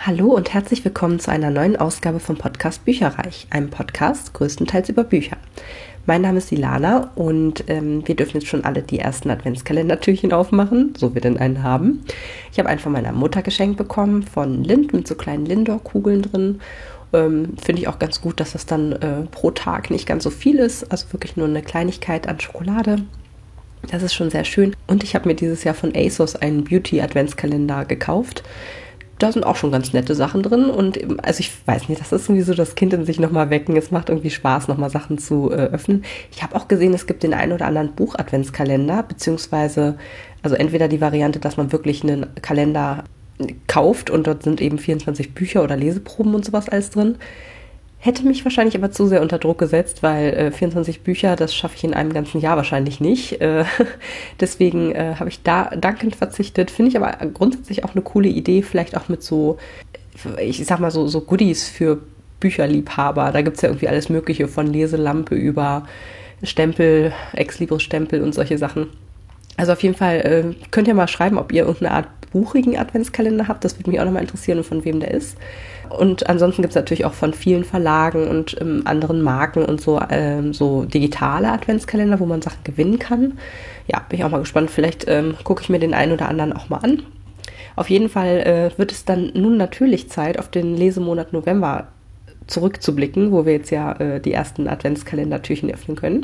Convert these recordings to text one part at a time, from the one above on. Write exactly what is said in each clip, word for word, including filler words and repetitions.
Hallo und herzlich willkommen zu einer neuen Ausgabe vom Podcast Bücherreich, einem Podcast größtenteils über Bücher. Mein Name ist Ilana und ähm, wir dürfen jetzt schon alle die ersten Adventskalendertürchen aufmachen, so wir denn einen haben. Ich habe einen von meiner Mutter geschenkt bekommen, von Lind, mit so kleinen Lindor-Kugeln drin. Ähm, finde ich auch ganz gut, dass das dann äh, pro Tag nicht ganz so viel ist, also wirklich nur eine Kleinigkeit an Schokolade. Das ist schon sehr schön. Und ich habe mir dieses Jahr von ASOS einen Beauty-Adventskalender gekauft. Da sind auch schon ganz nette Sachen drin und also ich weiß nicht, das ist irgendwie so das Kind in sich nochmal wecken. Es macht irgendwie Spaß, nochmal Sachen zu äh, öffnen. Ich habe auch gesehen, es gibt den einen oder anderen Buch-Adventskalender, beziehungsweise also entweder die Variante, dass man wirklich einen Kalender kauft und dort sind eben vierundzwanzig Bücher oder Leseproben und sowas alles drin. Hätte mich wahrscheinlich aber zu sehr unter Druck gesetzt, weil äh, vierundzwanzig Bücher, das schaffe ich in einem ganzen Jahr wahrscheinlich nicht. Äh, deswegen äh, habe ich da dankend verzichtet. Finde ich aber grundsätzlich auch eine coole Idee, vielleicht auch mit so, ich sag mal so, so Goodies für Bücherliebhaber. Da gibt es ja irgendwie alles Mögliche, von Leselampe über Stempel, Ex-Libris-Stempel und solche Sachen. Also auf jeden Fall äh, könnt ihr mal schreiben, ob ihr irgendeine Art buchigen Adventskalender habt. Das würde mich auch nochmal interessieren und von wem der ist. Und ansonsten gibt es natürlich auch von vielen Verlagen und ähm, anderen Marken und so, ähm, so digitale Adventskalender, wo man Sachen gewinnen kann. Ja, bin ich auch mal gespannt. Vielleicht ähm, gucke ich mir den einen oder anderen auch mal an. Auf jeden Fall äh, wird es dann nun natürlich Zeit, auf den Lesemonat November zurückzublicken, wo wir jetzt ja äh, die ersten Adventskalendertürchen öffnen können.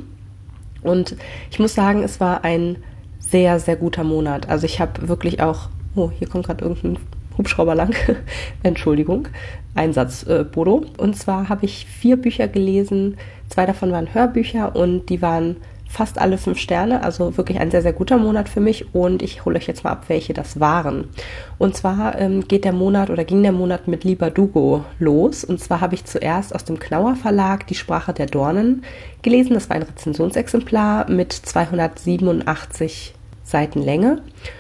Und ich muss sagen, es war ein sehr, sehr guter Monat. Also ich habe wirklich auch, oh, hier kommt gerade irgendein Hubschrauber lang, Entschuldigung, Einsatz, äh, Bodo. Und zwar habe ich vier Bücher gelesen, zwei davon waren Hörbücher und die waren fast alle fünf Sterne, also wirklich ein sehr, sehr guter Monat für mich und ich hole euch jetzt mal ab, welche das waren. Und zwar ähm, geht der Monat oder ging der Monat mit Lieber Dugo los und zwar habe ich zuerst aus dem Knauer Verlag Die Sprache der Dornen gelesen, das war ein Rezensionsexemplar mit zweihundertsiebenundachtzig Seiten Länge.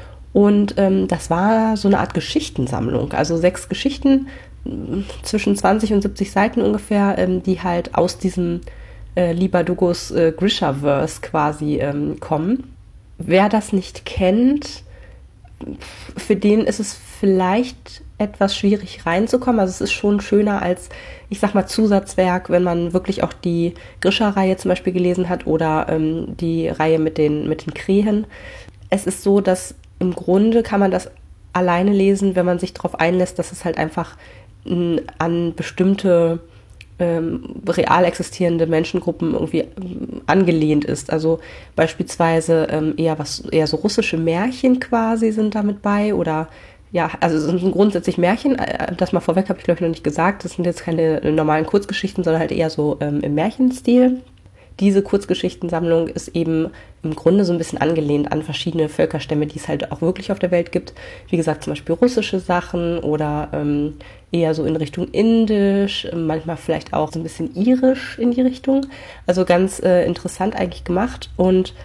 Und ähm, das war so eine Art Geschichtensammlung, also sechs Geschichten zwischen zwanzig und siebzig Seiten ungefähr, ähm, die halt aus diesem äh, Lieber Dugos äh, Grisha-Verse quasi ähm, kommen. Wer das nicht kennt, für den ist es vielleicht etwas schwierig reinzukommen. Also es ist schon schöner als, ich sag mal, Zusatzwerk, wenn man wirklich auch die Grisha-Reihe zum Beispiel gelesen hat oder ähm, die Reihe mit den, mit den Krähen. Es ist so, dass im Grunde kann man das alleine lesen, wenn man sich darauf einlässt, dass es halt einfach n, an bestimmte ähm, real existierende Menschengruppen irgendwie ähm, angelehnt ist. Also beispielsweise ähm, eher was eher so russische Märchen quasi sind damit bei oder ja, also es sind grundsätzlich Märchen, das mal vorweg habe ich glaube ich noch nicht gesagt, das sind jetzt keine normalen Kurzgeschichten, sondern halt eher so ähm, im Märchenstil. Diese Kurzgeschichtensammlung ist eben im Grunde so ein bisschen angelehnt an verschiedene Völkerstämme, die es halt auch wirklich auf der Welt gibt. Wie gesagt, zum Beispiel russische Sachen oder ähm, eher so in Richtung Indisch, manchmal vielleicht auch so ein bisschen Irisch in die Richtung. Also ganz äh, interessant eigentlich gemacht. Und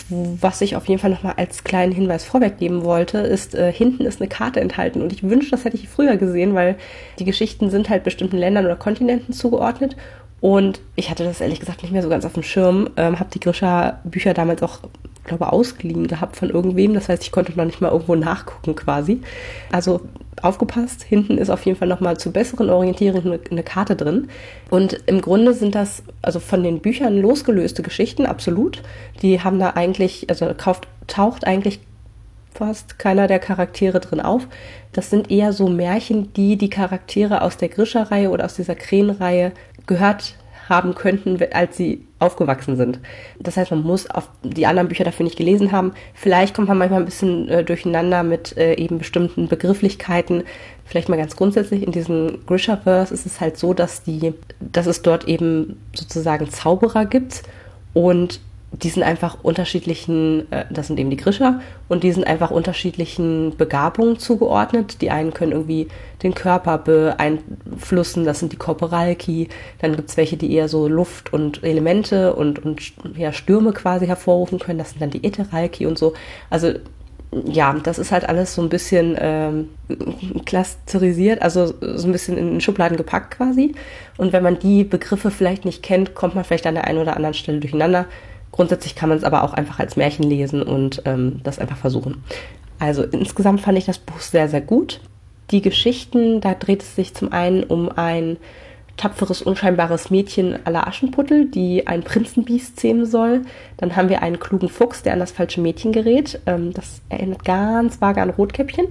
was ich auf jeden Fall nochmal als kleinen Hinweis vorweggeben wollte, ist, äh, hinten ist eine Karte enthalten. Und ich wünschte, das hätte ich früher gesehen, weil die Geschichten sind halt bestimmten Ländern oder Kontinenten zugeordnet. Und ich hatte das ehrlich gesagt nicht mehr so ganz auf dem Schirm, ähm, habe die Grisha-Bücher damals auch, glaube ausgeliehen gehabt von irgendwem. Das heißt, ich konnte noch nicht mal irgendwo nachgucken quasi. Also aufgepasst, hinten ist auf jeden Fall nochmal zur besseren Orientierung eine, eine Karte drin. Und im Grunde sind das also von den Büchern losgelöste Geschichten, absolut. Die haben da eigentlich, also kauft, taucht eigentlich fast keiner der Charaktere drin auf. Das sind eher so Märchen, die die Charaktere aus der Grisha-Reihe oder aus dieser Krähenreihe gehört haben könnten, als sie aufgewachsen sind. Das heißt, man muss auf die anderen Bücher dafür nicht gelesen haben. Vielleicht kommt man manchmal ein bisschen äh, durcheinander mit äh, eben bestimmten Begrifflichkeiten. Vielleicht mal ganz grundsätzlich, in diesem Grisha-Verse ist es halt so, dass die, dass es dort eben sozusagen Zauberer gibt und die sind einfach unterschiedlichen, äh, das sind eben die Grisha, und die sind einfach unterschiedlichen Begabungen zugeordnet. Die einen können irgendwie den Körper beeinflussen, das sind die Korporalki. Dann gibt's welche, die eher so Luft und Elemente und, und ja, Stürme quasi hervorrufen können. Das sind dann die Ätheralki und so. Also ja, das ist halt alles so ein bisschen ähm, klasterisiert, also so ein bisschen in Schubladen gepackt quasi. Und wenn man die Begriffe vielleicht nicht kennt, kommt man vielleicht an der einen oder anderen Stelle durcheinander. Grundsätzlich kann man es aber auch einfach als Märchen lesen und ähm, das einfach versuchen. Also insgesamt fand ich das Buch sehr, sehr gut. Die Geschichten, da dreht es sich zum einen um ein tapferes, unscheinbares Mädchen à la Aschenputtel, die ein Prinzenbiest zähmen soll. Dann haben wir einen klugen Fuchs, der an das falsche Mädchen gerät. Das erinnert ganz vage an Rotkäppchen.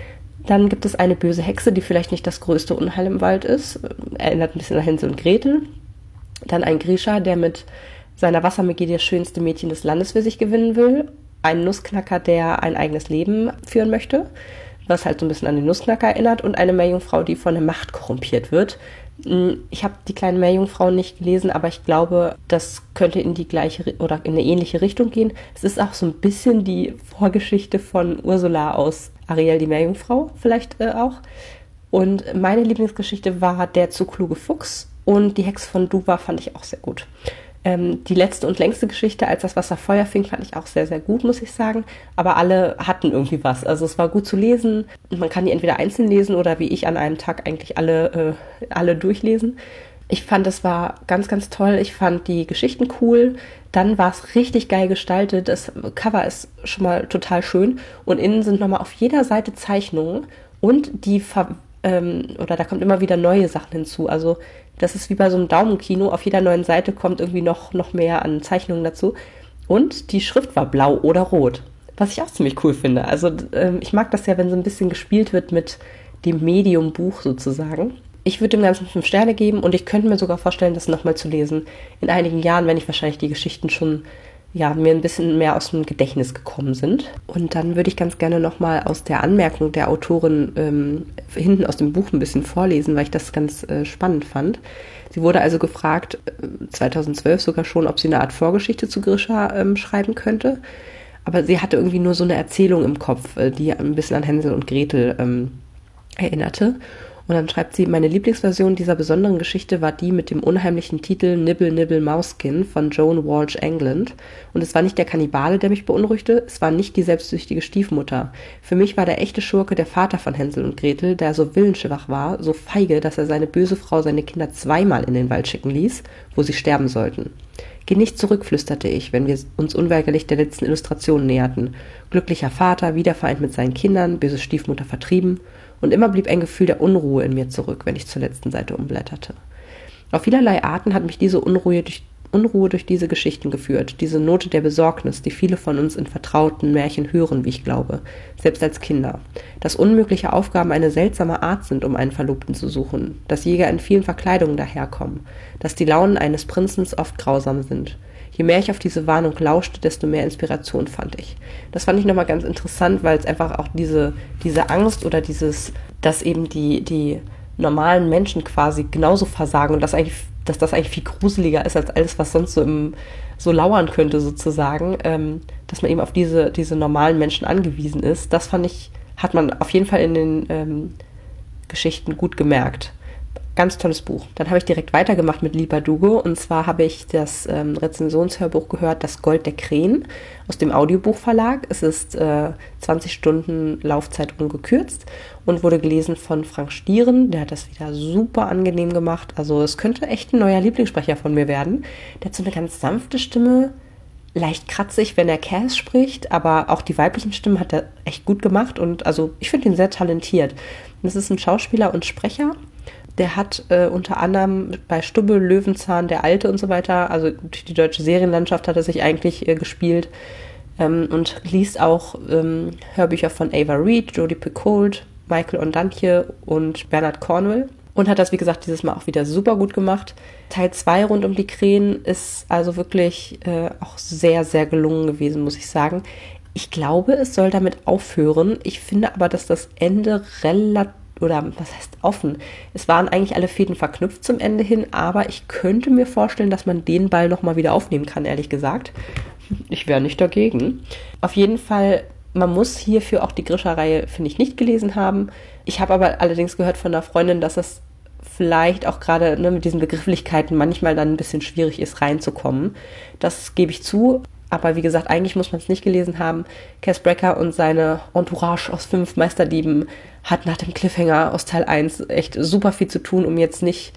Dann gibt es eine böse Hexe, die vielleicht nicht das größte Unheil im Wald ist. Erinnert ein bisschen an Hänsel und Gretel. Dann ein Grisha, der mit seiner Wassermagie das schönste Mädchen des Landes für sich gewinnen will. Ein Nussknacker, der ein eigenes Leben führen möchte, was halt so ein bisschen an den Nussknacker erinnert. Und eine Meerjungfrau, die von der Macht korrumpiert wird. Ich habe die kleine Meerjungfrau nicht gelesen, aber ich glaube, das könnte in die gleiche oder in eine ähnliche Richtung gehen. Es ist auch so ein bisschen die Vorgeschichte von Ursula aus Ariel, die Meerjungfrau, vielleicht äh, auch. Und meine Lieblingsgeschichte war Der zu kluge Fuchs und Die Hexe von Duva fand ich auch sehr gut. Ähm, die letzte und längste Geschichte, Als das Wasser Feuer fing, fand ich auch sehr, sehr gut, muss ich sagen. Aber alle hatten irgendwie was. Also es war gut zu lesen. Man kann die entweder einzeln lesen oder wie ich an einem Tag eigentlich alle, äh, alle durchlesen. Ich fand, es war ganz, ganz toll. Ich fand die Geschichten cool. Dann war es richtig geil gestaltet. Das Cover ist schon mal total schön. Und innen sind nochmal auf jeder Seite Zeichnungen. Und die, Ver- ähm, oder da kommt immer wieder neue Sachen hinzu. Also das ist wie bei so einem Daumenkino. Auf jeder neuen Seite kommt irgendwie noch, noch mehr an Zeichnungen dazu. Und die Schrift war blau oder rot. Was ich auch ziemlich cool finde. Also ähm, ich mag das ja, wenn so ein bisschen gespielt wird mit dem Medium-Buch sozusagen. Ich würde dem Ganzen fünf Sterne geben und ich könnte mir sogar vorstellen, das nochmal zu lesen. In einigen Jahren, wenn ich wahrscheinlich die Geschichten schon, ja, mir ein bisschen mehr aus dem Gedächtnis gekommen sind. Und dann würde ich ganz gerne nochmal aus der Anmerkung der Autorin ähm, hinten aus dem Buch ein bisschen vorlesen, weil ich das ganz äh, spannend fand. Sie wurde also gefragt, äh, zweitausendzwölf sogar schon, ob sie eine Art Vorgeschichte zu Grisha ähm, schreiben könnte. Aber sie hatte irgendwie nur so eine Erzählung im Kopf, äh, die ein bisschen an Hänsel und Gretel ähm, erinnerte. Und dann schreibt sie, meine Lieblingsversion dieser besonderen Geschichte war die mit dem unheimlichen Titel Nibble, Nibble, Mauskin von Joan Walsh England. Und es war nicht der Kannibale, der mich beunruhigte, es war nicht die selbstsüchtige Stiefmutter. Für mich war der echte Schurke der Vater von Hänsel und Gretel, der so willensschwach war, so feige, dass er seine böse Frau seine Kinder zweimal in den Wald schicken ließ, wo sie sterben sollten. Geh nicht zurück, flüsterte ich, wenn wir uns unweigerlich der letzten Illustration näherten. Glücklicher Vater, wiedervereint mit seinen Kindern, böse Stiefmutter vertrieben. Und immer blieb ein Gefühl der Unruhe in mir zurück, wenn ich zur letzten Seite umblätterte. Auf vielerlei Arten hat mich diese Unruhe durch, Unruhe durch diese Geschichten geführt, diese Note der Besorgnis, die viele von uns in vertrauten Märchen hören, wie ich glaube, selbst als Kinder. Dass unmögliche Aufgaben eine seltsame Art sind, um einen Verlobten zu suchen, dass Jäger in vielen Verkleidungen daherkommen, dass die Launen eines Prinzens oft grausam sind. Je mehr ich auf diese Warnung lauschte, desto mehr Inspiration fand ich. Das fand ich nochmal ganz interessant, weil es einfach auch diese, diese Angst oder dieses, dass eben die, die normalen Menschen quasi genauso versagen und dass, eigentlich, dass das eigentlich viel gruseliger ist als alles, was sonst so, im, so lauern könnte sozusagen, ähm, dass man eben auf diese, diese normalen Menschen angewiesen ist. Das fand ich, hat man auf jeden Fall in den ähm, Geschichten gut gemerkt. Ganz tolles Buch. Dann habe ich direkt weitergemacht mit Lipa Dugo und zwar habe ich das ähm, Rezensionshörbuch gehört, Das Gold der Krähen aus dem Audiobuchverlag. Es ist äh, zwanzig Stunden Laufzeit ungekürzt und wurde gelesen von Frank Stieren. Der hat das wieder super angenehm gemacht. Also es könnte echt ein neuer Lieblingssprecher von mir werden. Der hat so eine ganz sanfte Stimme, leicht kratzig, wenn er Cass spricht, aber auch die weiblichen Stimmen hat er echt gut gemacht und also ich finde ihn sehr talentiert. Das ist ein Schauspieler und Sprecher. Der hat äh, unter anderem bei Stubbe, Löwenzahn, Der Alte und so weiter, also durch die deutsche Serienlandschaft hat er sich eigentlich äh, gespielt ähm, und liest auch ähm, Hörbücher von Ava Reed, Jodie Picoult, Michael Ondantje und Bernard Cornwell und hat das, wie gesagt, dieses Mal auch wieder super gut gemacht. Teil zwei rund um die Krähen ist also wirklich äh, auch sehr, sehr gelungen gewesen, muss ich sagen. Ich glaube, es soll damit aufhören. Ich finde aber, dass das Ende relativ oder was heißt offen? Es waren eigentlich alle Fäden verknüpft zum Ende hin, aber ich könnte mir vorstellen, dass man den Ball nochmal wieder aufnehmen kann, ehrlich gesagt. Ich wäre nicht dagegen. Auf jeden Fall, man muss hierfür auch die Grisha-Reihe, finde ich, nicht gelesen haben. Ich habe aber allerdings gehört von einer Freundin, dass es vielleicht auch gerade ne, mit diesen Begrifflichkeiten manchmal dann ein bisschen schwierig ist, reinzukommen. Das gebe ich zu. Aber wie gesagt, eigentlich muss man es nicht gelesen haben. Cass Brecker und seine Entourage aus fünf Meisterdieben hat nach dem Cliffhanger aus Teil eins echt super viel zu tun, um jetzt nicht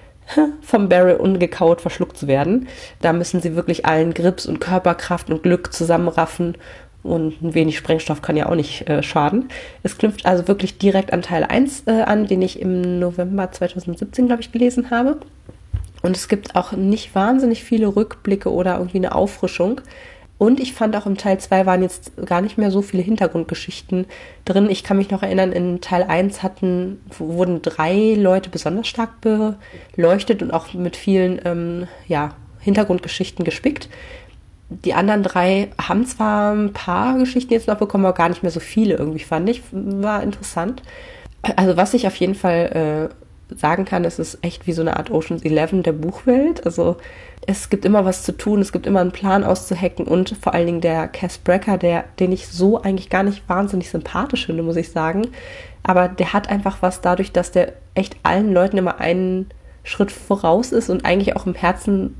vom Barrel ungekaut verschluckt zu werden. Da müssen sie wirklich allen Grips und Körperkraft und Glück zusammenraffen Und ein wenig Sprengstoff kann ja auch nicht äh, schaden. Es knüpft also wirklich direkt an Teil eins äh, an, den ich im November zweitausendsiebzehn, glaube ich, gelesen habe. Und es gibt auch nicht wahnsinnig viele Rückblicke oder irgendwie eine Auffrischung. Und ich fand auch im Teil zwei waren jetzt gar nicht mehr so viele Hintergrundgeschichten drin. Ich kann mich noch erinnern, in Teil eins hatten, wurden drei Leute besonders stark beleuchtet und auch mit vielen ähm, ja, Hintergrundgeschichten gespickt. Die anderen drei haben zwar ein paar Geschichten jetzt noch bekommen, aber gar nicht mehr so viele irgendwie, fand ich. War interessant. Also was ich auf jeden Fall äh, sagen kann, es ist echt wie so eine Art Ocean's Eleven der Buchwelt. Also es gibt immer was zu tun, es gibt immer einen Plan auszuhacken und vor allen Dingen der Cass Brecker, der, den ich so eigentlich gar nicht wahnsinnig sympathisch finde, muss ich sagen. Aber der hat einfach was dadurch, dass der echt allen Leuten immer einen Schritt voraus ist und eigentlich auch im Herzen,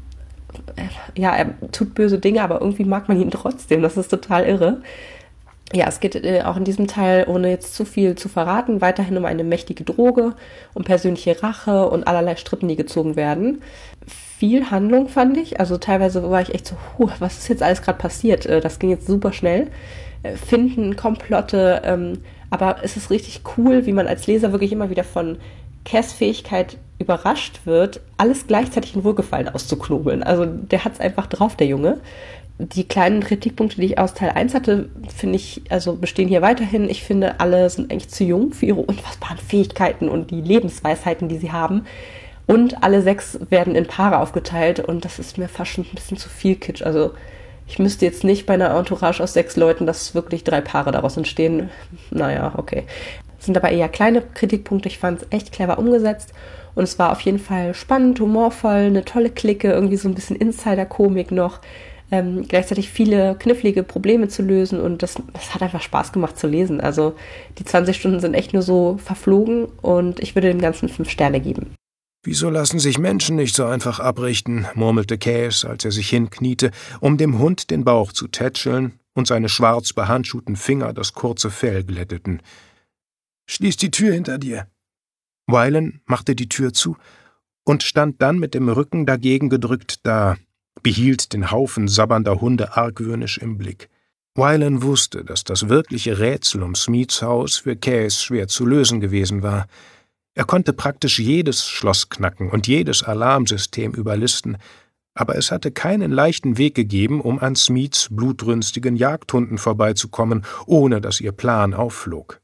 ja, er tut böse Dinge, aber irgendwie mag man ihn trotzdem. Das ist total irre. Ja, es geht äh, auch in diesem Teil, ohne jetzt zu viel zu verraten, weiterhin um eine mächtige Droge, um persönliche Rache und allerlei Strippen, die gezogen werden. Viel Handlung fand ich, also teilweise war ich echt so, huh, was ist jetzt alles gerade passiert? Äh, das ging jetzt super schnell. Äh, Finden, Komplotte, ähm, aber es ist richtig cool, wie man als Leser wirklich immer wieder von Cass' Fähigkeit überrascht wird, alles gleichzeitig in Wohlgefallen auszuknobeln. Also der hat es einfach drauf, der Junge. Die kleinen Kritikpunkte, die ich aus Teil eins hatte, finde ich, also bestehen hier weiterhin. Ich finde, alle sind eigentlich zu jung für ihre unfassbaren Fähigkeiten und die Lebensweisheiten, die sie haben. Und alle sechs werden in Paare aufgeteilt und das ist mir fast schon ein bisschen zu viel Kitsch. Also ich müsste jetzt nicht bei einer Entourage aus sechs Leuten, dass wirklich drei Paare daraus entstehen. Naja, okay. Das sind aber eher kleine Kritikpunkte. Ich fand es echt clever umgesetzt. Und es war auf jeden Fall spannend, humorvoll, eine tolle Clique, irgendwie so ein bisschen Insider-Komik noch. Ähm, gleichzeitig viele knifflige Probleme zu lösen und das, das hat einfach Spaß gemacht zu lesen. Also die zwanzig Stunden sind echt nur so verflogen und ich würde dem Ganzen fünf Sterne geben. »Wieso lassen sich Menschen nicht so einfach abrichten?« murmelte Cass, als er sich hinkniete, um dem Hund den Bauch zu tätscheln und seine schwarz behandschuhten Finger das kurze Fell glätteten. »Schließ die Tür hinter dir!« Wylan machte die Tür zu und stand dann mit dem Rücken dagegen gedrückt da, behielt den Haufen sabbernder Hunde argwöhnisch im Blick. Wylan wusste, dass das wirkliche Rätsel um Smeets Haus für Cass schwer zu lösen gewesen war. Er konnte praktisch jedes Schloss knacken und jedes Alarmsystem überlisten, aber es hatte keinen leichten Weg gegeben, um an Smeets blutrünstigen Jagdhunden vorbeizukommen, ohne dass ihr Plan aufflog.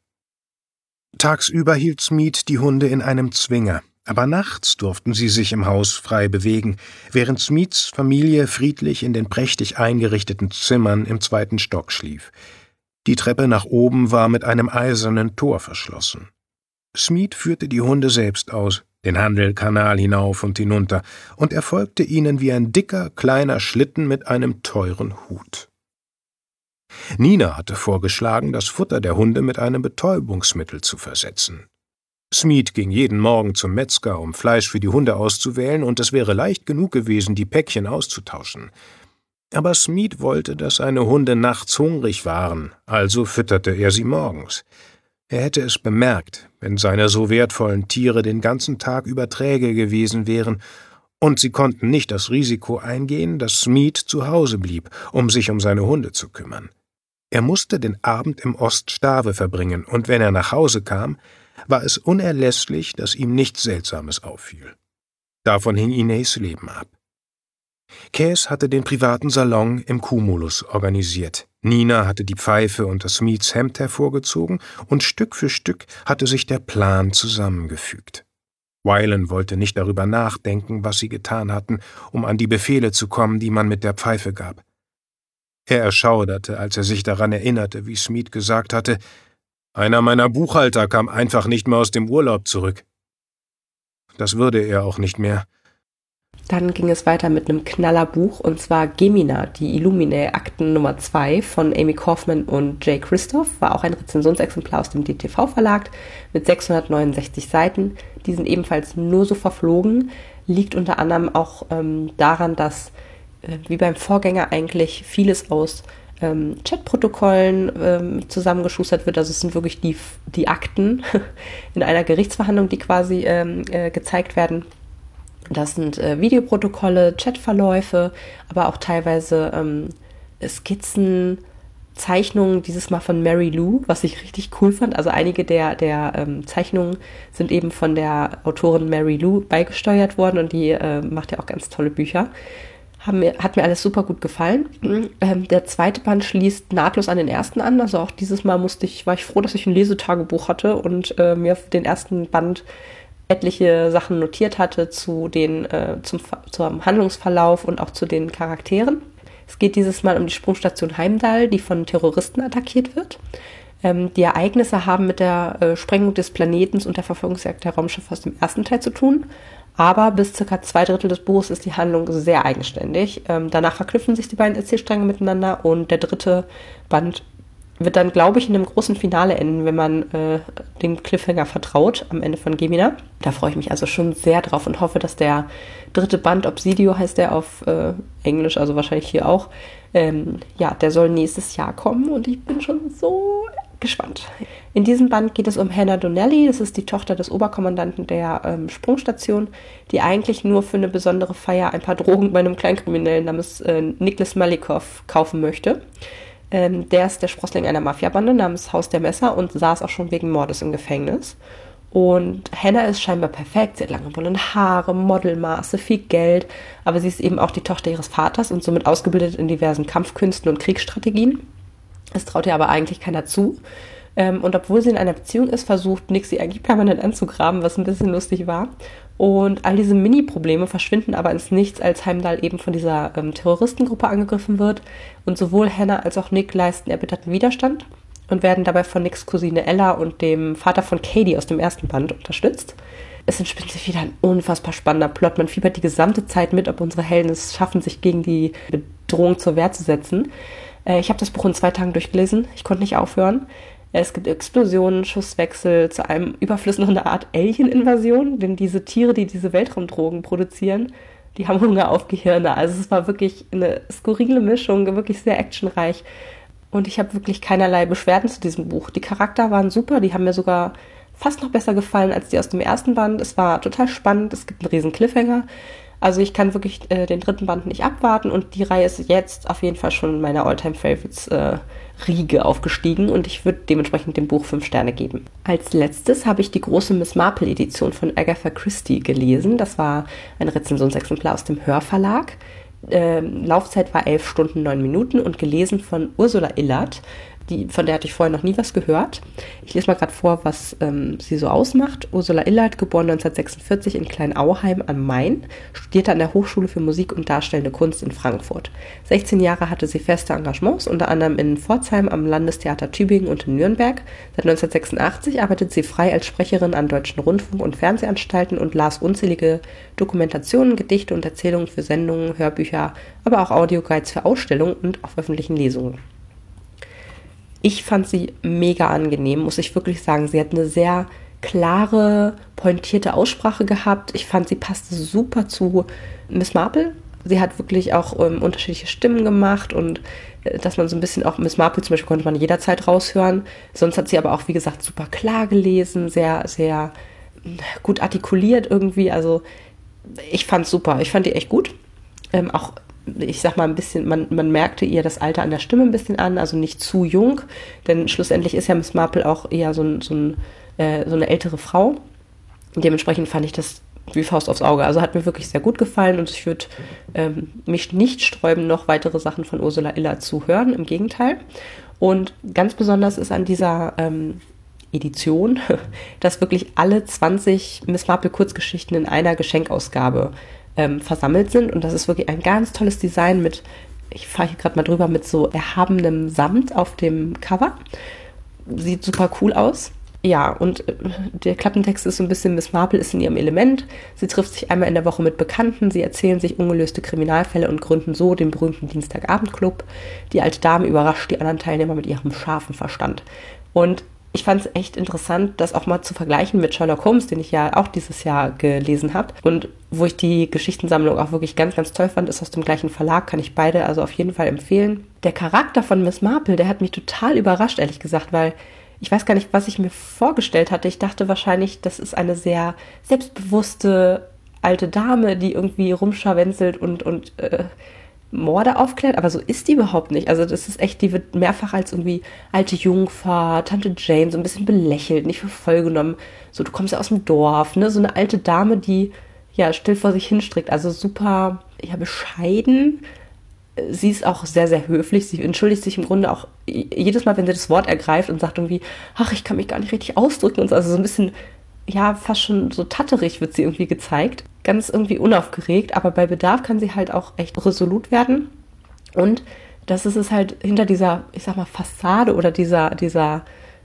Tagsüber hielt Smeet die Hunde in einem Zwinger, aber nachts durften sie sich im Haus frei bewegen, während Smeets Familie friedlich in den prächtig eingerichteten Zimmern im zweiten Stock schlief. Die Treppe nach oben war mit einem eisernen Tor verschlossen. Smeet führte die Hunde selbst aus, den Handelkanal hinauf und hinunter, und er folgte ihnen wie ein dicker, kleiner Schlitten mit einem teuren Hut. Nina hatte vorgeschlagen, das Futter der Hunde mit einem Betäubungsmittel zu versetzen. Smeet ging jeden Morgen zum Metzger, um Fleisch für die Hunde auszuwählen, und es wäre leicht genug gewesen, die Päckchen auszutauschen. Aber Smeet wollte, dass seine Hunde nachts hungrig waren, also fütterte er sie morgens. Er hätte es bemerkt, wenn seine so wertvollen Tiere den ganzen Tag über träge gewesen wären, und sie konnten nicht das Risiko eingehen, dass Smeet zu Hause blieb, um sich um seine Hunde zu kümmern. Er musste den Abend im Oststave verbringen, und wenn er nach Hause kam, war es unerlässlich, dass ihm nichts Seltsames auffiel. Davon hing Inés Leben ab. Cass hatte den privaten Salon im Cumulus organisiert. Nina hatte die Pfeife unter Smeets Hemd hervorgezogen und Stück für Stück hatte sich der Plan zusammengefügt. Wylan wollte nicht darüber nachdenken, was sie getan hatten, um an die Befehle zu kommen, die man mit der Pfeife gab. Er erschauderte, als er sich daran erinnerte, wie Smeet gesagt hatte, »Einer meiner Buchhalter kam einfach nicht mehr aus dem Urlaub zurück.« Das würde er auch nicht mehr. Dann ging es weiter mit einem Knallerbuch, und zwar Gemina, die Illuminae-Akten Nummer zwei von Amy Kaufman und Jay Christoph, war auch ein Rezensionsexemplar aus dem D T V-Verlag mit sechshundertneunundsechzig Seiten. Die sind ebenfalls nur so verflogen, liegt unter anderem auch ähm, daran, dass, äh, wie beim Vorgänger eigentlich, vieles aus ähm, Chatprotokollen ähm, zusammengeschustert wird. Also es sind wirklich die, die Akten in einer Gerichtsverhandlung, die quasi ähm, äh, gezeigt werden. Das sind äh, Videoprotokolle, Chatverläufe, aber auch teilweise ähm, Skizzen, Zeichnungen, dieses Mal von Mary Lou, was ich richtig cool fand. Also einige der, der ähm, Zeichnungen sind eben von der Autorin Mary Lou beigesteuert worden und die äh, macht ja auch ganz tolle Bücher. Haben mir, hat mir alles super gut gefallen. Ähm, der zweite Band schließt nahtlos an den ersten an. Also auch dieses Mal musste ich, war ich froh, dass ich ein Lesetagebuch hatte und äh, mir für den ersten Band etliche Sachen notiert hatte zu den, äh, zum, zum Handlungsverlauf und auch zu den Charakteren. Es geht dieses Mal um die Sprungstation Heimdall, die von Terroristen attackiert wird. Ähm, die Ereignisse haben mit der äh, Sprengung des Planetens und der Verfolgungsjagd der Raumschiffe aus dem ersten Teil zu tun. Aber bis circa zwei Drittel des Buches ist die Handlung sehr eigenständig. Ähm, danach verknüpfen sich die beiden Erzählstränge miteinander und der dritte Band wird dann, glaube ich, in einem großen Finale enden, wenn man äh, dem Cliffhanger vertraut, am Ende von Gemina. Da freue ich mich also schon sehr drauf und hoffe, dass der dritte Band, Obsidio heißt der auf äh, Englisch, also wahrscheinlich hier auch, ähm, ja, der soll nächstes Jahr kommen und ich bin schon so gespannt. In diesem Band geht es um Hannah Donnelly, das ist die Tochter des Oberkommandanten der ähm, Sprungstation, die eigentlich nur für eine besondere Feier ein paar Drogen bei einem Kleinkriminellen namens äh, Nicholas Malikov kaufen möchte. Ähm, der ist der Sprossling einer Mafiabande namens Haus der Messer und saß auch schon wegen Mordes im Gefängnis. Und Hannah ist scheinbar perfekt, sie hat lange blonde Haare, Modelmaße, viel Geld, aber sie ist eben auch die Tochter ihres Vaters und somit ausgebildet in diversen Kampfkünsten und Kriegsstrategien. Das traut ihr aber eigentlich keiner zu. Ähm, und obwohl sie in einer Beziehung ist, versucht Nick sie eigentlich permanent anzugraben, was ein bisschen lustig war. Und all diese Mini-Probleme verschwinden aber ins Nichts, als Heimdall eben von dieser ähm, Terroristengruppe angegriffen wird. Und sowohl Hannah als auch Nick leisten erbitterten Widerstand und werden dabei von Nicks Cousine Ella und dem Vater von Katie aus dem ersten Band unterstützt. Es entspinnt sich wieder ein unfassbar spannender Plot. Man fiebert die gesamte Zeit mit, ob unsere Helden es schaffen, sich gegen die Bedrohung zur Wehr zu setzen. Äh, ich habe das Buch in zwei Tagen durchgelesen. Ich konnte nicht aufhören. Es gibt Explosionen, Schusswechsel zu einem Überfluss noch eine Art Alien-Invasion, denn diese Tiere, die diese Weltraumdrogen produzieren, die haben Hunger auf Gehirne. Also es war wirklich eine skurrile Mischung, wirklich sehr actionreich. Und ich habe wirklich keinerlei Beschwerden zu diesem Buch. Die Charakter waren super, die haben mir sogar fast noch besser gefallen als die aus dem ersten Band. Es war total spannend, es gibt einen riesen Cliffhanger. Also ich kann wirklich äh, den dritten Band nicht abwarten und die Reihe ist jetzt auf jeden Fall schon in meiner All-Time-Favorites äh, Riege aufgestiegen und ich würde dementsprechend dem Buch fünf Sterne geben. Als letztes habe ich die große Miss Marple-Edition von Agatha Christie gelesen. Das war ein Rezensionsexemplar aus dem Hörverlag. Ähm, Laufzeit war elf Stunden, neun Minuten und gelesen von Ursula Illert. Die, von der hatte ich vorher noch nie was gehört. Ich lese mal gerade vor, was ähm, sie so ausmacht. Ursula Illert, geboren neunzehnhundertsechsundvierzig in Kleinauheim am Main, studierte an der Hochschule für Musik und Darstellende Kunst in Frankfurt. sechzehn Jahre hatte sie feste Engagements, unter anderem in Pforzheim am Landestheater Tübingen und in Nürnberg. Seit neunzehnhundertsechsundachtzig arbeitet sie frei als Sprecherin an deutschen Rundfunk- und Fernsehanstalten und las unzählige Dokumentationen, Gedichte und Erzählungen für Sendungen, Hörbücher, aber auch Audioguides für Ausstellungen und auf öffentlichen Lesungen. Ich fand sie mega angenehm, muss ich wirklich sagen. Sie hat eine sehr klare, pointierte Aussprache gehabt. Ich fand, sie passte super zu Miss Marple. Sie hat wirklich auch ähm, unterschiedliche Stimmen gemacht und äh, dass man so ein bisschen auch Miss Marple zum Beispiel konnte man jederzeit raushören. Sonst hat sie aber auch, wie gesagt, super klar gelesen, sehr, sehr gut artikuliert irgendwie. Also ich fand's super. Ich fand die echt gut. Ähm, auch ich sag mal ein bisschen, man, man merkte ihr das Alter an der Stimme ein bisschen an, also nicht zu jung, denn schlussendlich ist ja Miss Marple auch eher so, ein, so, ein, äh, so eine ältere Frau. Dementsprechend fand ich das wie Faust aufs Auge. Also hat mir wirklich sehr gut gefallen und ich würde ähm, mich nicht sträuben, noch weitere Sachen von Ursula Illert zu hören, im Gegenteil. Und ganz besonders ist an dieser ähm, Edition, dass wirklich alle zwanzig Miss Marple Kurzgeschichten in einer Geschenkausgabe Ähm, versammelt sind und das ist wirklich ein ganz tolles Design mit, ich fahre hier gerade mal drüber, mit so erhabenem Samt auf dem Cover. Sieht super cool aus. Ja, und äh, der Klappentext ist so ein bisschen, Miss Marple ist in ihrem Element. Sie trifft sich einmal in der Woche mit Bekannten, sie erzählen sich ungelöste Kriminalfälle und gründen so den berühmten Dienstagabendclub. Die alte Dame überrascht die anderen Teilnehmer mit ihrem scharfen Verstand. Und ich fand es echt interessant, das auch mal zu vergleichen mit Sherlock Holmes, den ich ja auch dieses Jahr gelesen habe. Und wo ich die Geschichtensammlung auch wirklich ganz, ganz toll fand, ist aus dem gleichen Verlag, kann ich beide also auf jeden Fall empfehlen. Der Charakter von Miss Marple, der hat mich total überrascht, ehrlich gesagt, weil ich weiß gar nicht, was ich mir vorgestellt hatte. Ich dachte wahrscheinlich, das ist eine sehr selbstbewusste alte Dame, die irgendwie rumscharwenzelt und, und äh, Morde aufklärt, aber so ist die überhaupt nicht. Also das ist echt, die wird mehrfach als irgendwie alte Jungfer, Tante Jane, so ein bisschen belächelt, nicht für voll genommen. So, du kommst ja aus dem Dorf, ne? So eine alte Dame, die ja still vor sich hinstrickt. Also super, ja, bescheiden. Sie ist auch sehr, sehr höflich. Sie entschuldigt sich im Grunde auch jedes Mal, wenn sie das Wort ergreift und sagt irgendwie, ach, ich kann mich gar nicht richtig ausdrücken und so. Also so ein bisschen, ja, fast schon so tatterig wird sie irgendwie gezeigt. Ganz irgendwie unaufgeregt, aber bei Bedarf kann sie halt auch echt resolut werden. Und das ist es halt hinter dieser, ich sag mal, Fassade oder dieser, dieser,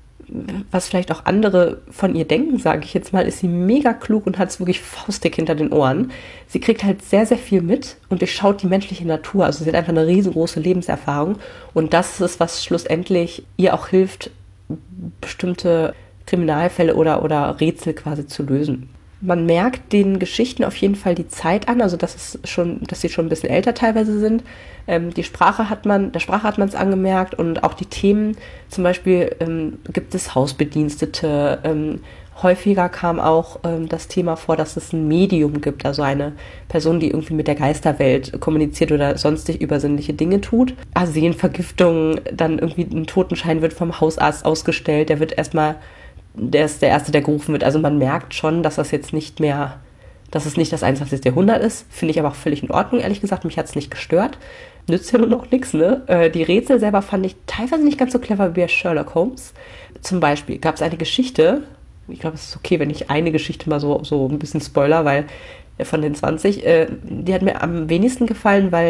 was vielleicht auch andere von ihr denken, sage ich jetzt mal, ist sie mega klug und hat es wirklich faustdick hinter den Ohren. Sie kriegt halt sehr, sehr viel mit und durchschaut die menschliche Natur. Also sie hat einfach eine riesengroße Lebenserfahrung. Und das ist es, was schlussendlich ihr auch hilft, bestimmte Kriminalfälle oder, oder Rätsel quasi zu lösen. Man merkt den Geschichten auf jeden Fall die Zeit an, also dass es schon, dass sie schon ein bisschen älter teilweise sind. Ähm, die Sprache hat man, der Sprache hat man es angemerkt und auch die Themen. Zum Beispiel ähm, gibt es Hausbedienstete. Ähm, häufiger kam auch ähm, das Thema vor, dass es ein Medium gibt, also eine Person, die irgendwie mit der Geisterwelt kommuniziert oder sonstig übersinnliche Dinge tut. Arsenvergiftung, dann irgendwie ein Totenschein wird vom Hausarzt ausgestellt. Der wird erstmal Der ist der Erste, der gerufen wird. Also man merkt schon, dass das jetzt nicht mehr, dass es nicht das einundzwanzigste. Jahrhundert ist. Finde ich aber auch völlig in Ordnung, ehrlich gesagt. Mich hat es nicht gestört. Nützt ja nur noch nichts, ne? Äh, die Rätsel selber fand ich teilweise nicht ganz so clever wie bei Sherlock Holmes. Zum Beispiel gab es eine Geschichte, ich glaube, es ist okay, wenn ich eine Geschichte mal so, so ein bisschen spoiler, weil äh, von den zwanzig, äh, die hat mir am wenigsten gefallen, weil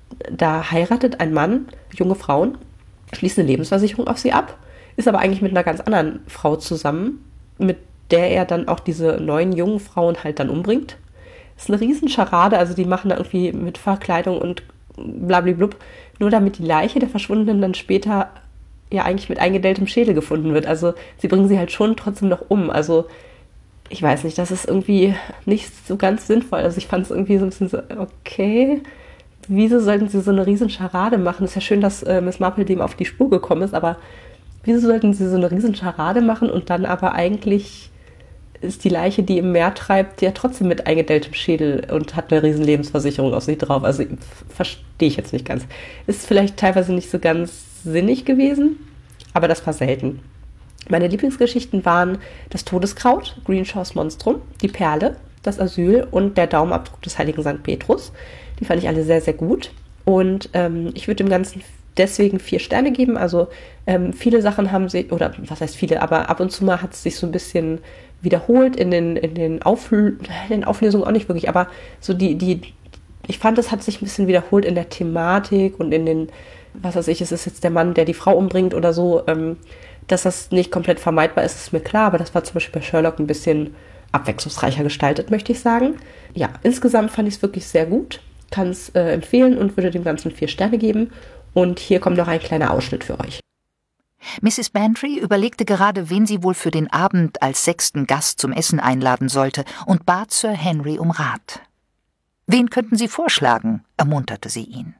da heiratet ein Mann, junge Frauen, schließt eine Lebensversicherung auf sie ab, ist aber eigentlich mit einer ganz anderen Frau zusammen, mit der er dann auch diese neuen jungen Frauen halt dann umbringt. Das ist eine Riesenscharade, also die machen da irgendwie mit Verkleidung und blablablub, nur damit die Leiche der Verschwundenen dann später ja eigentlich mit eingedelltem Schädel gefunden wird. Also sie bringen sie halt schon trotzdem noch um. Also ich weiß nicht, das ist irgendwie nicht so ganz sinnvoll. Also ich fand es irgendwie so ein bisschen so, okay, wieso sollten sie so eine Riesenscharade machen? Es ist ja schön, dass äh, Miss Marple dem auf die Spur gekommen ist, aber wieso sollten sie so eine Riesenscharade machen und dann aber eigentlich ist die Leiche, die im Meer treibt, ja trotzdem mit eingedelltem Schädel und hat eine riesen Lebensversicherung auf sich drauf. Also verstehe ich jetzt nicht ganz. Ist vielleicht teilweise nicht so ganz sinnig gewesen, aber das war selten. Meine Lieblingsgeschichten waren das Todeskraut, Greenshaws Monstrum, die Perle, das Asyl und der Daumenabdruck des heiligen Sankt Petrus. Die fand ich alle sehr, sehr gut. Und ähm, ich würde dem Ganzen deswegen vier Sterne geben. Also ähm, viele Sachen haben sich, oder was heißt viele, aber ab und zu mal hat es sich so ein bisschen wiederholt in den, in den, Aufl- in den Auflösungen auch nicht wirklich, aber so die, die, ich fand, es hat sich ein bisschen wiederholt in der Thematik und in den, was weiß ich, es ist jetzt der Mann, der die Frau umbringt oder so, ähm, dass das nicht komplett vermeidbar ist, ist mir klar, aber das war zum Beispiel bei Sherlock ein bisschen abwechslungsreicher gestaltet, möchte ich sagen. Ja, insgesamt fand ich es wirklich sehr gut, kann es äh, empfehlen und würde dem Ganzen vier Sterne geben. Und hier kommt noch ein kleiner Ausschnitt für euch. Misses Bantry überlegte gerade, wen sie wohl für den Abend als sechsten Gast zum Essen einladen sollte und bat Sir Henry um Rat. »Wen könnten Sie vorschlagen?« ermunterte sie ihn.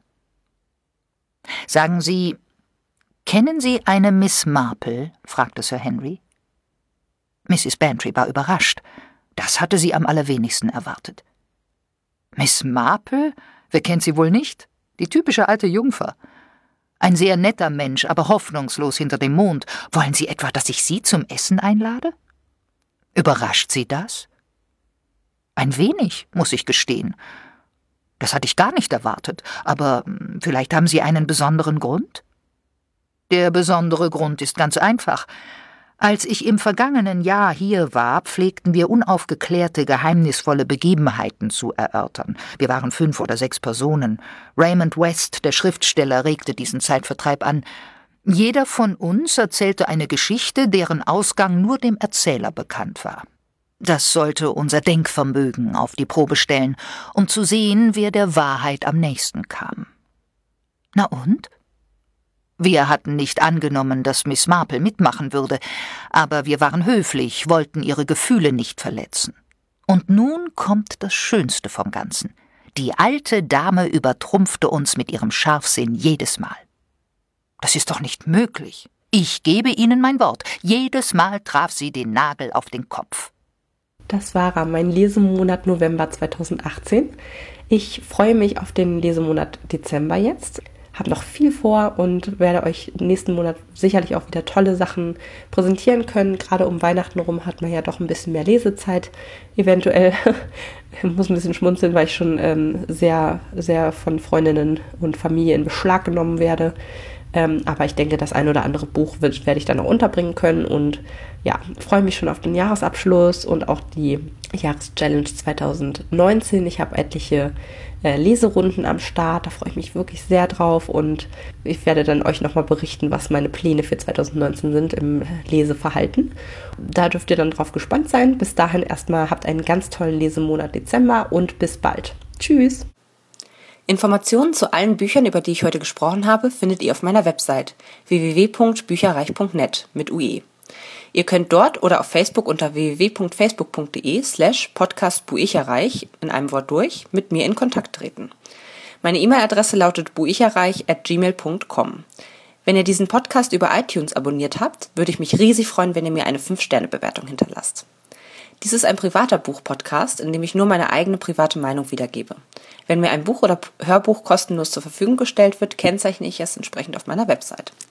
»Sagen Sie, kennen Sie eine Miss Marple?« fragte Sir Henry. Misses Bantry war überrascht. Das hatte sie am allerwenigsten erwartet. »Miss Marple? Wer kennt sie wohl nicht? Die typische alte Jungfer. Ein sehr netter Mensch, aber hoffnungslos hinter dem Mond. Wollen Sie etwa, dass ich Sie zum Essen einlade? Überrascht Sie das? Ein wenig, muss ich gestehen. Das hatte ich gar nicht erwartet, aber vielleicht haben Sie einen besonderen Grund? Der besondere Grund ist ganz einfach. Als ich im vergangenen Jahr hier war, pflegten wir unaufgeklärte, geheimnisvolle Begebenheiten zu erörtern. Wir waren fünf oder sechs Personen. Raymond West, der Schriftsteller, regte diesen Zeitvertreib an. Jeder von uns erzählte eine Geschichte, deren Ausgang nur dem Erzähler bekannt war. Das sollte unser Denkvermögen auf die Probe stellen, um zu sehen, wer der Wahrheit am nächsten kam. Na und? Wir hatten nicht angenommen, dass Miss Marple mitmachen würde, aber wir waren höflich, wollten ihre Gefühle nicht verletzen. Und nun kommt das Schönste vom Ganzen. Die alte Dame übertrumpfte uns mit ihrem Scharfsinn jedes Mal. Das ist doch nicht möglich. Ich gebe Ihnen mein Wort, jedes Mal traf sie den Nagel auf den Kopf. Das war mein Lesemonat November zweitausendachtzehn. Ich freue mich auf den Lesemonat Dezember jetzt. Habe noch viel vor und werde euch nächsten Monat sicherlich auch wieder tolle Sachen präsentieren können. Gerade um Weihnachten rum hat man ja doch ein bisschen mehr Lesezeit. Eventuell muss ein bisschen schmunzeln, weil ich schon ähm, sehr, sehr von Freundinnen und Familie in Beschlag genommen werde. Ähm, aber ich denke, das ein oder andere Buch wird, werde ich dann auch unterbringen können und ja, freue mich schon auf den Jahresabschluss und auch die Jahreschallenge zweitausendneunzehn. Ich habe etliche äh, Leserunden am Start, da freue ich mich wirklich sehr drauf und ich werde dann euch nochmal berichten, was meine Pläne für zweitausendneunzehn sind im Leseverhalten. Da dürft ihr dann drauf gespannt sein. Bis dahin erstmal habt einen ganz tollen Lesemonat Dezember und bis bald. Tschüss! Informationen zu allen Büchern, über die ich heute gesprochen habe, findet ihr auf meiner Website w w w punkt bücherreich punkt net mit U E. Ihr könnt dort oder auf Facebook unter w w w punkt facebook punkt de slash podcast buicherreich in einem Wort durch mit mir in Kontakt treten. Meine E-Mail-Adresse lautet buicherreich at gmail punkt com. Wenn ihr diesen Podcast über iTunes abonniert habt, würde ich mich riesig freuen, wenn ihr mir eine fünf Sterne Bewertung hinterlasst. Dies ist ein privater Buch-Podcast, in dem ich nur meine eigene private Meinung wiedergebe. Wenn mir ein Buch oder Hörbuch kostenlos zur Verfügung gestellt wird, kennzeichne ich es entsprechend auf meiner Website.